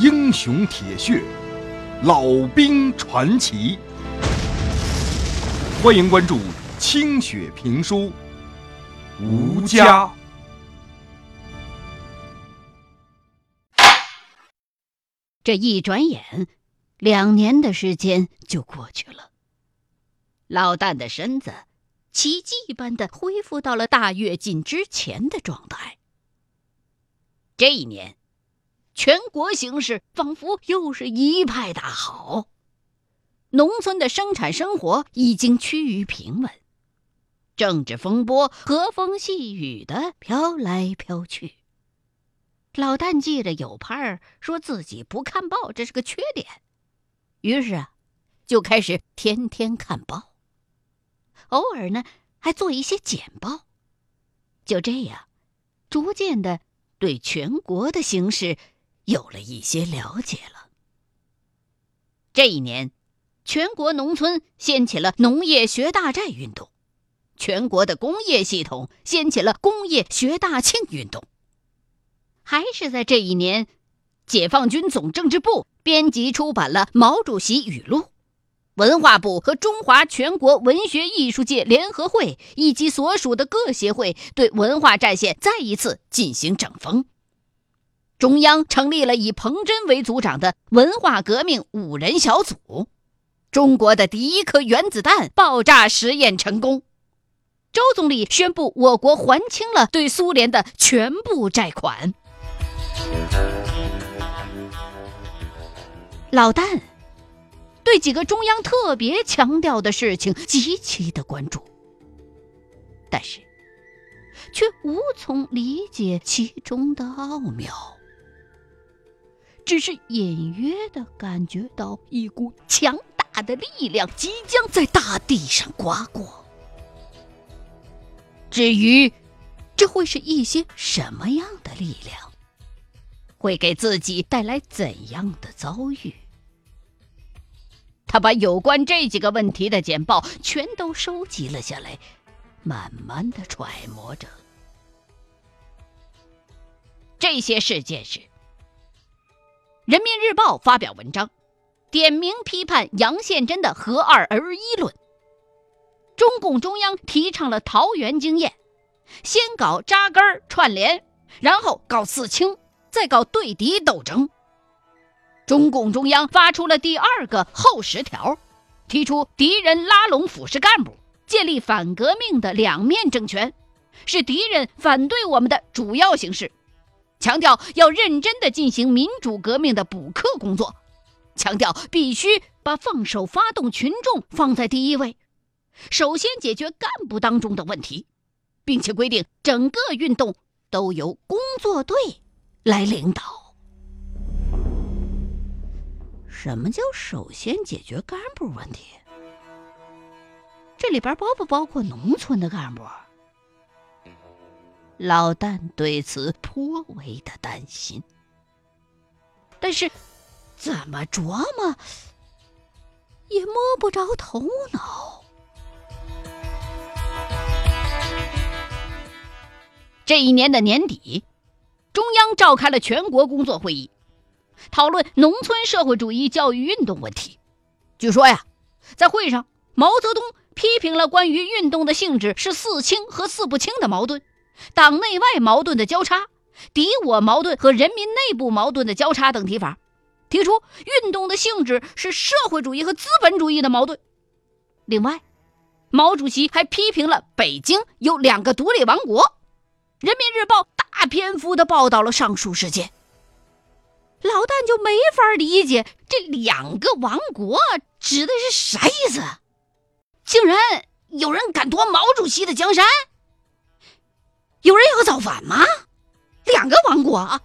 英雄铁血，老兵传奇。欢迎关注清雪评书《吴家》。 这一转眼，2年的时间就过去了。老旦的身子奇迹般的恢复到了大跃进之前的状态。这一年，全国形势仿佛又是一派大好，农村的生产生活已经趋于平稳，政治风波和风细雨的飘来飘去。老旦记着有盼说自己不看报这是个缺点，于是就开始天天看报，偶尔呢还做一些简报。就这样，逐渐的对全国的形势有了一些了解了。这一年，全国农村掀起了农业学大寨运动，全国的工业系统掀起了工业学大庆运动。还是在这一年，解放军总政治部编辑出版了毛主席语录，文化部和中华全国文学艺术界联合会以及所属的各协会对文化战线再一次进行整风。中央成立了以彭真为组长的文化革命5人小组。中国的第一颗原子弹爆炸实验成功。周总理宣布我国还清了对苏联的全部债款。老旦对几个中央特别强调的事情极其的关注，但是却无从理解其中的奥妙，只是隐约地感觉到一股强大的力量即将在大地上刮过。至于这会是一些什么样的力量，会给自己带来怎样的遭遇，他把有关这几个问题的简报全都收集了下来，慢慢地揣摩着。这些事件是：人民日报发表文章，点名批判杨宪珍的合二而一论；中共中央提倡了桃园经验，先搞扎根串联，然后搞四清，再搞对敌斗争。中共中央发出了第2个后10条，提出敌人拉拢腐蚀干部，建立反革命的两面政权，是敌人反对我们的主要形式，强调要认真地进行民主革命的补课工作，强调必须把放手发动群众放在第一位，首先解决干部当中的问题，并且规定整个运动都由工作队来领导。什么叫首先解决干部问题？这里边包不包括农村的干部？老旦对此颇为的担心，但是怎么琢磨也摸不着头脑。这一年的年底，中央召开了全国工作会议，讨论农村社会主义教育运动问题。据说呀，在会上，毛泽东批评了关于运动的性质是四清和四不清的矛盾，党内外矛盾的交叉，敌我矛盾和人民内部矛盾的交叉等提法，提出运动的性质是社会主义和资本主义的矛盾。另外，毛主席还批评了北京有2个独立王国。人民日报大篇幅地报道了上述事件。老旦就没法理解这2个王国指的是啥意思？竟然有人敢夺毛主席的江山？有人要造反吗？2个王国啊！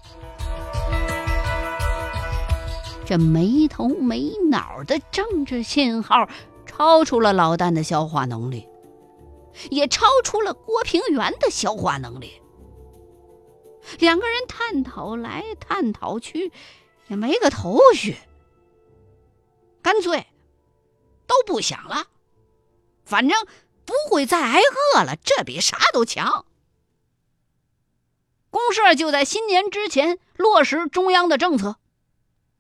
这没头没脑的政治信号超出了老旦的消化能力，也超出了郭平原的消化能力。2个人探讨来探讨去，也没个头绪，干脆都不想了，反正不会再挨饿了，这比啥都强。公社就在新年之前落实中央的政策，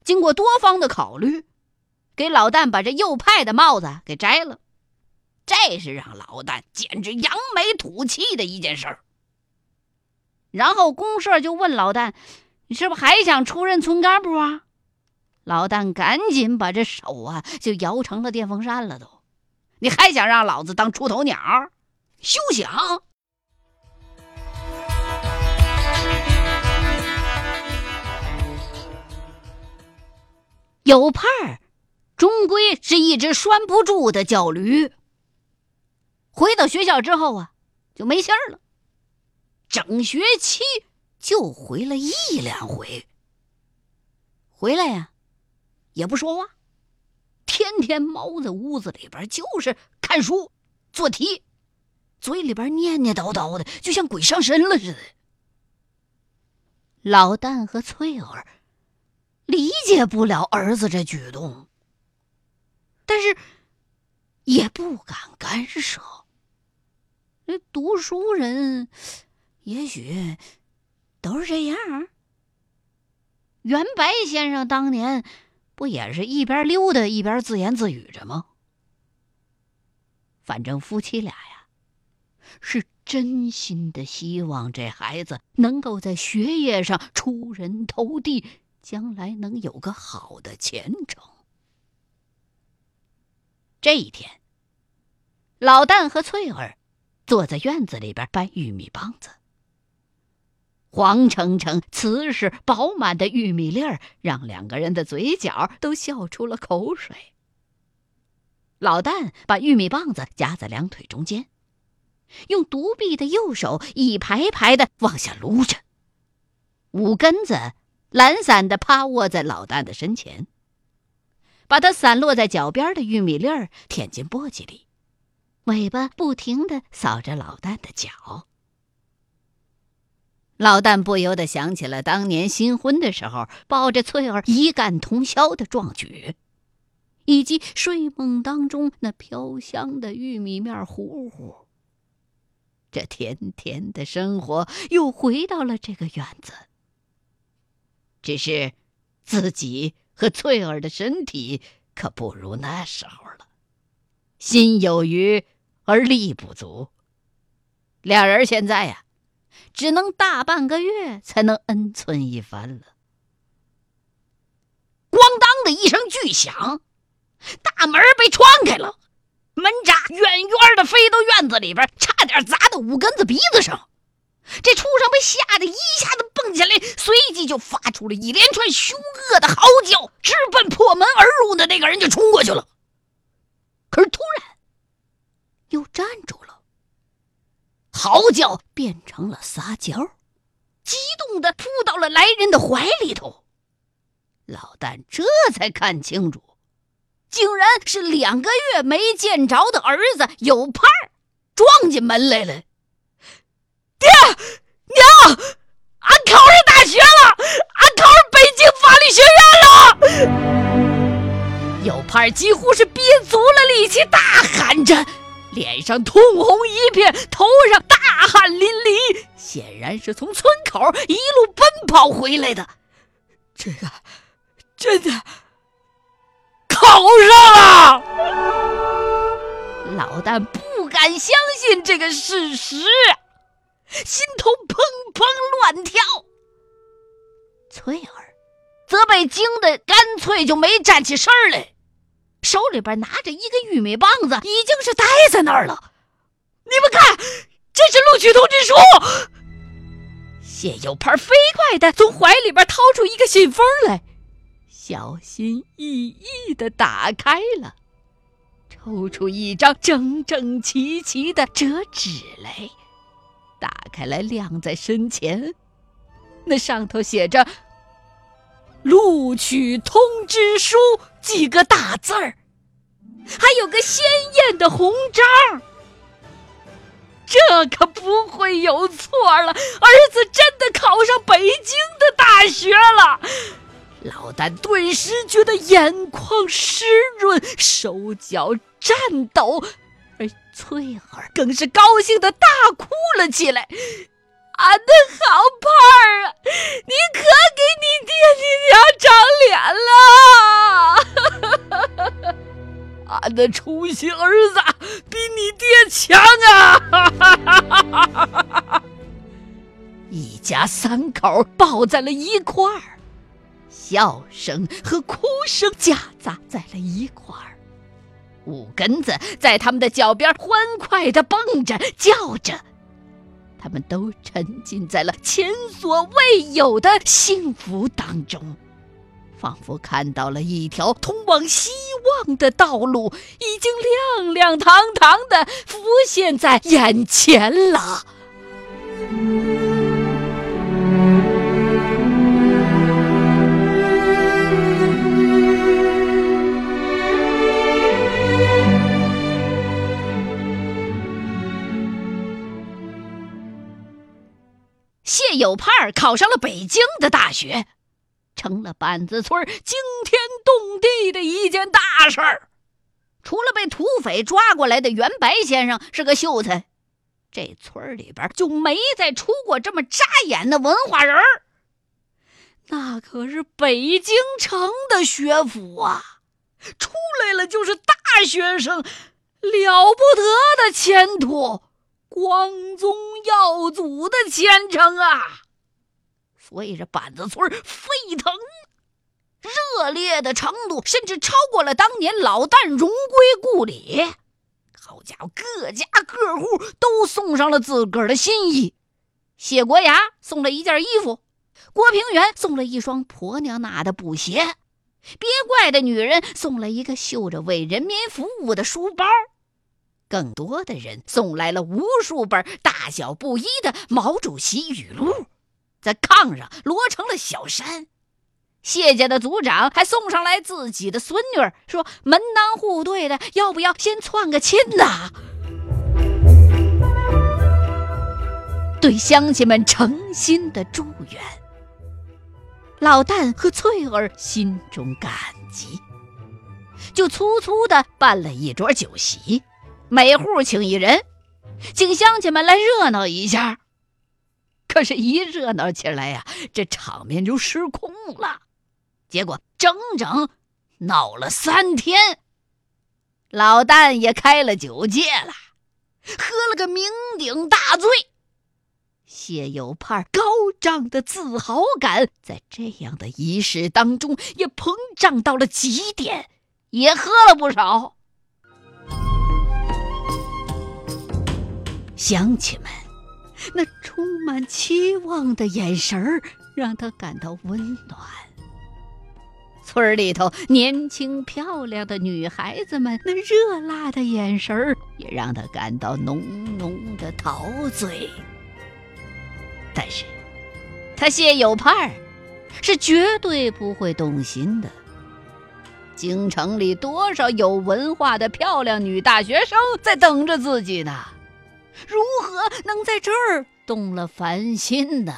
经过多方的考虑，给老旦把这右派的帽子给摘了。这是让老旦简直扬眉吐气的一件事儿。然后公社就问老旦：“你是不是还想出任村干部啊？”老旦赶紧把这手就摇成了电风扇了都。你还想让老子当出头鸟？休想！有派终归是一只拴不住的叫驴。回到学校之后就没信儿了，整学期就回了1-2回。回来也不说话，天天猫在屋子里边就是看书做题，嘴里边念念叨叨的，就像鬼上身了似的。老旦和翠儿理解不了儿子这举动，但是也不敢干涉。这读书人也许都是这样。袁白先生当年不也是一边溜达一边自言自语着吗？反正夫妻俩是真心的希望这孩子能够在学业上出人头地，将来能有个好的前程。这一天，老旦和翠儿坐在院子里边掰玉米棒子，黄澄澄、瓷实、饱满的玉米粒儿让两个人的嘴角都笑出了口水。老旦把玉米棒子夹在两腿中间，用独臂的右手一排排的往下撸着，5根子懒散地趴卧在老旦的身前，把它散落在脚边的玉米粒儿舔进簸箕里，尾巴不停地扫着老旦的脚。老旦不由得想起了当年新婚的时候抱着翠儿一干通宵的壮举，以及睡梦当中那飘香的玉米面糊糊。这甜甜的生活又回到了这个院子，只是自己和翠儿的身体可不如那时候了，心有余而力不足。俩人现在只能大半个月才能恩存一番了。咣当的一声巨响，大门被撞开了，门闸远远的飞到院子里边，差点砸到5根子鼻子上。这畜生被吓得一下子蹦起来，随即就发出了一连串凶恶的嚎叫，直奔破门而入的那个人就冲过去了。可是突然又站住了，嚎叫变成了撒娇，激动地扑到了来人的怀里头。老旦这才看清楚，竟然是2个月没见着的儿子有派撞进门来了。爹娘，俺考上大学了，俺考上北京法律学院了！有派几乎是憋足了力气大喊着，脸上通红一片，头上大汗淋漓，显然是从村口一路奔跑回来的。这个真的考上了！老旦不敢相信这个事实，心头砰砰乱跳。翠儿则被惊得干脆就没站起身来，手里边拿着一个玉米棒子，已经是呆在那儿了。你们看，这是录取通知书！谢有派飞快地从怀里边掏出一个信封来，小心翼翼地打开了，抽出一张整整齐齐的折纸来，打开来晾在身前。那上头写着录取通知书几个大字儿，还有个鲜艳的红章。这可不会有错了，儿子真的考上北京的大学了。老旦顿时觉得眼眶湿润，手脚颤抖，而翠儿更是高兴地大哭了起来。俺的好派儿啊，你可给你爹你娘长脸了！ 的出息儿子比你爹强啊！一家三口抱在了一块儿，笑声和哭声夹杂在了一块儿。五根子在他们的脚边欢快地蹦着叫着，他们都沉浸在了前所未有的幸福当中，仿佛看到了一条通往希望的道路已经亮亮堂堂地浮现在眼前了。谢有盼考上了北京的大学，成了板子村惊天动地的一件大事儿。除了被土匪抓过来的袁白先生是个秀才，这村里边就没再出过这么扎眼的文化人儿。那可是北京城的学府啊，出来了就是大学生，了不得的前途，光宗耀祖的前程啊！所以这板子村沸腾，热烈的程度甚至超过了当年老旦荣归故里。好家伙，各家各户都送上了自个儿的心意。谢国牙送了一件衣服，郭平原送了一双婆娘拿的布鞋，别怪的女人送了一个绣着为人民服务的书包，更多的人送来了无数本大小不一的毛主席语录，在炕上摞成了小山。谢家的族长还送上来自己的孙女，说门当户对的，要不要先窜个亲呢？对乡亲们诚心的祝愿，老旦和翠儿心中感激，就粗粗的办了一桌酒席，每户请一人，请乡亲们来热闹一下。可是一热闹起来呀，这场面就失控了。结果整整闹了3天，老旦也开了酒戒了，喝了个酩酊大醉。谢有盼高涨的自豪感在这样的仪式当中也膨胀到了极点，也喝了不少。乡亲们那充满期望的眼神让他感到温暖，村里头年轻漂亮的女孩子们那热辣的眼神也让他感到浓浓的陶醉。但是他谢有盼是绝对不会动心的。京城里多少有文化的漂亮女大学生在等着自己呢，如何能在这儿动了凡心呢？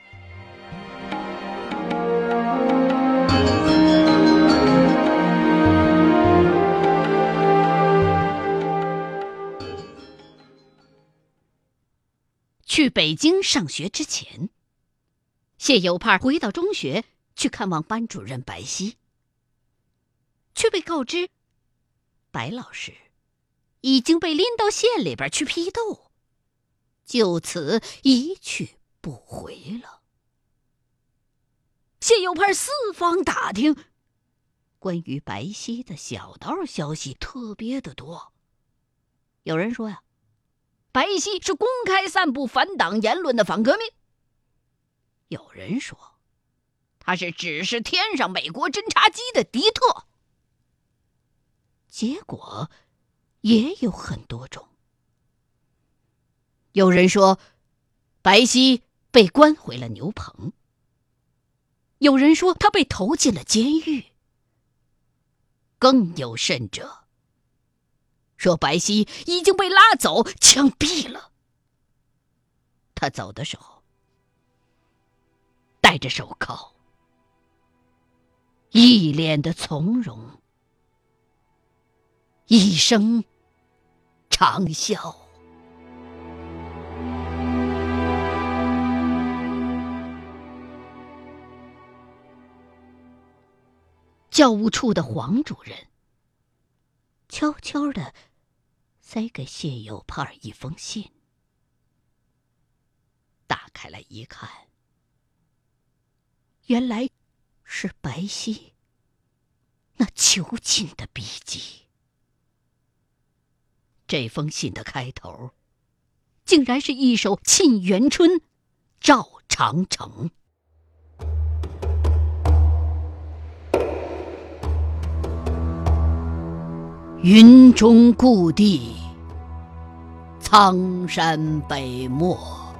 去北京上学之前，谢有盼回到中学去看望班主任白皙，却被告知白老师已经被拎到县里边去批斗，就此一去不回了。谢有盼四方打听，关于白皙的小道消息特别的多。有人说呀，白皙是公开散布反党言论的反革命。有人说他是指示天上美国侦察机的敌特。结果也有很多种。有人说白皙被关回了牛棚，有人说他被投进了监狱，更有甚者说白皙已经被拉走枪毙了。他走的时候戴着手铐，一脸的从容，一声长啸。教务处的黄主任悄悄地塞给谢有盼一封信。打开来一看，原来是白皙那囚禁的笔迹。这封信的开头竟然是一首《沁园春·赵长城》。云中故地，苍山北漠，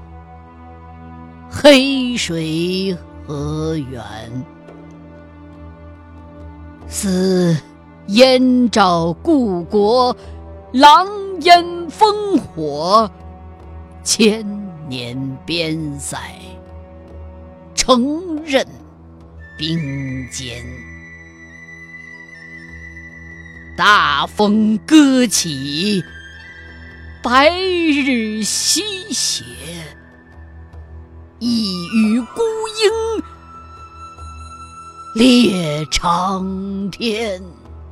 黑水河源。思燕赵故国，狼烟烽火，千年边塞，承认兵坚。大风歌起，白日西斜，一羽孤鹰猎长天。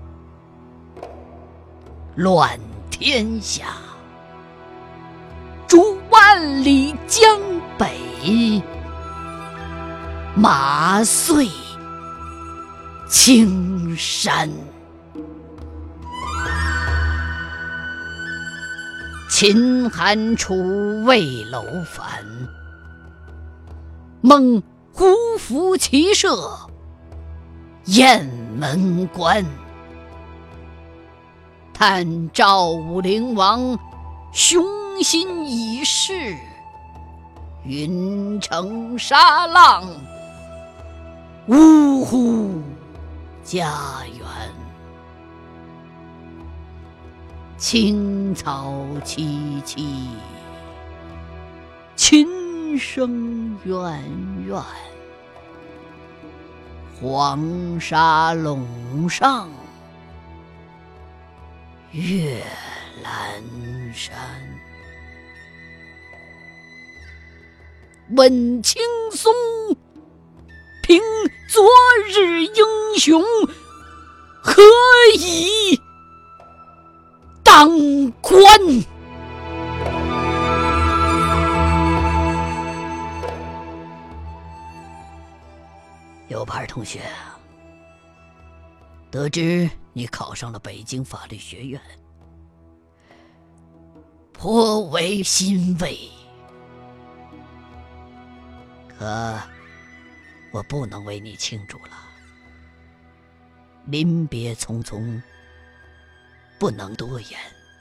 乱天下，逐万里江北，马遂青山。秦寒楚魏楼烦，梦胡服骑射雁门关。叹赵武灵王雄心已逝，云城沙浪呜呼家园。青草萋萋，琴声远远。黄沙陇上，月阑珊。问青松，凭昨日英雄，何以当官？有盼同学，得知你考上了北京法律学院，颇为欣慰。可我不能为你庆祝了，临别匆匆，不能多言。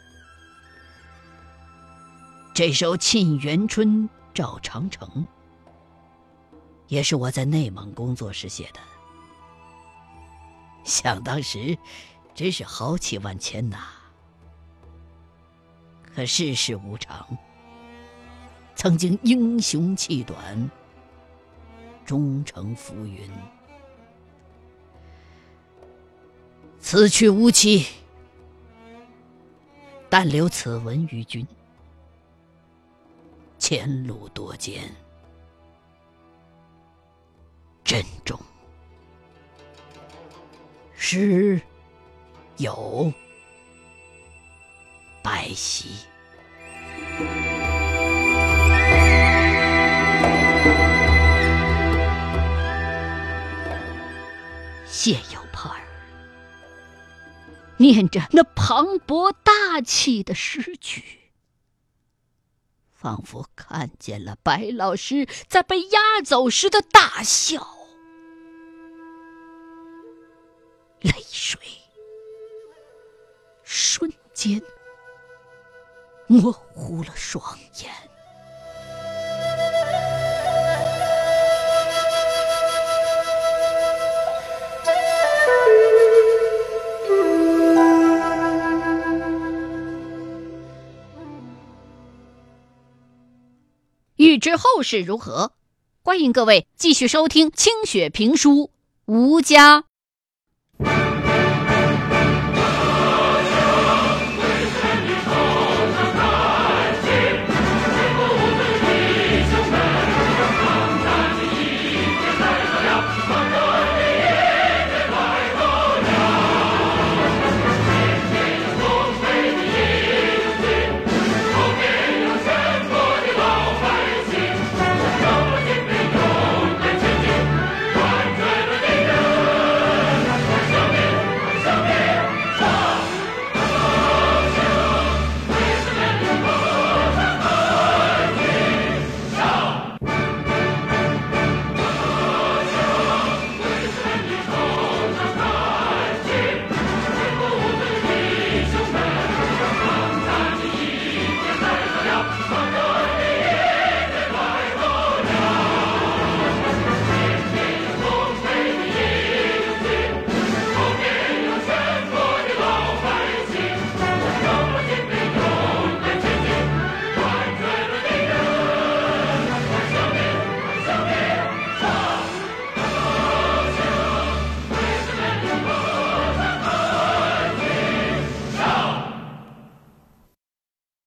这首《沁园春·赵长城》也是我在内蒙工作时写的，想当时真是豪气万千呐。可世事无常，曾经英雄气短，终成浮云。此去无期，但留此文于君。前路多艰，珍重。诗有白皙。谢有盼儿念着那磅礴大气的诗句，仿佛看见了白老师在被押走时的大笑，泪水瞬间模糊了双眼。欲知后事如何，欢迎各位继续收听清雪评书《吴家》。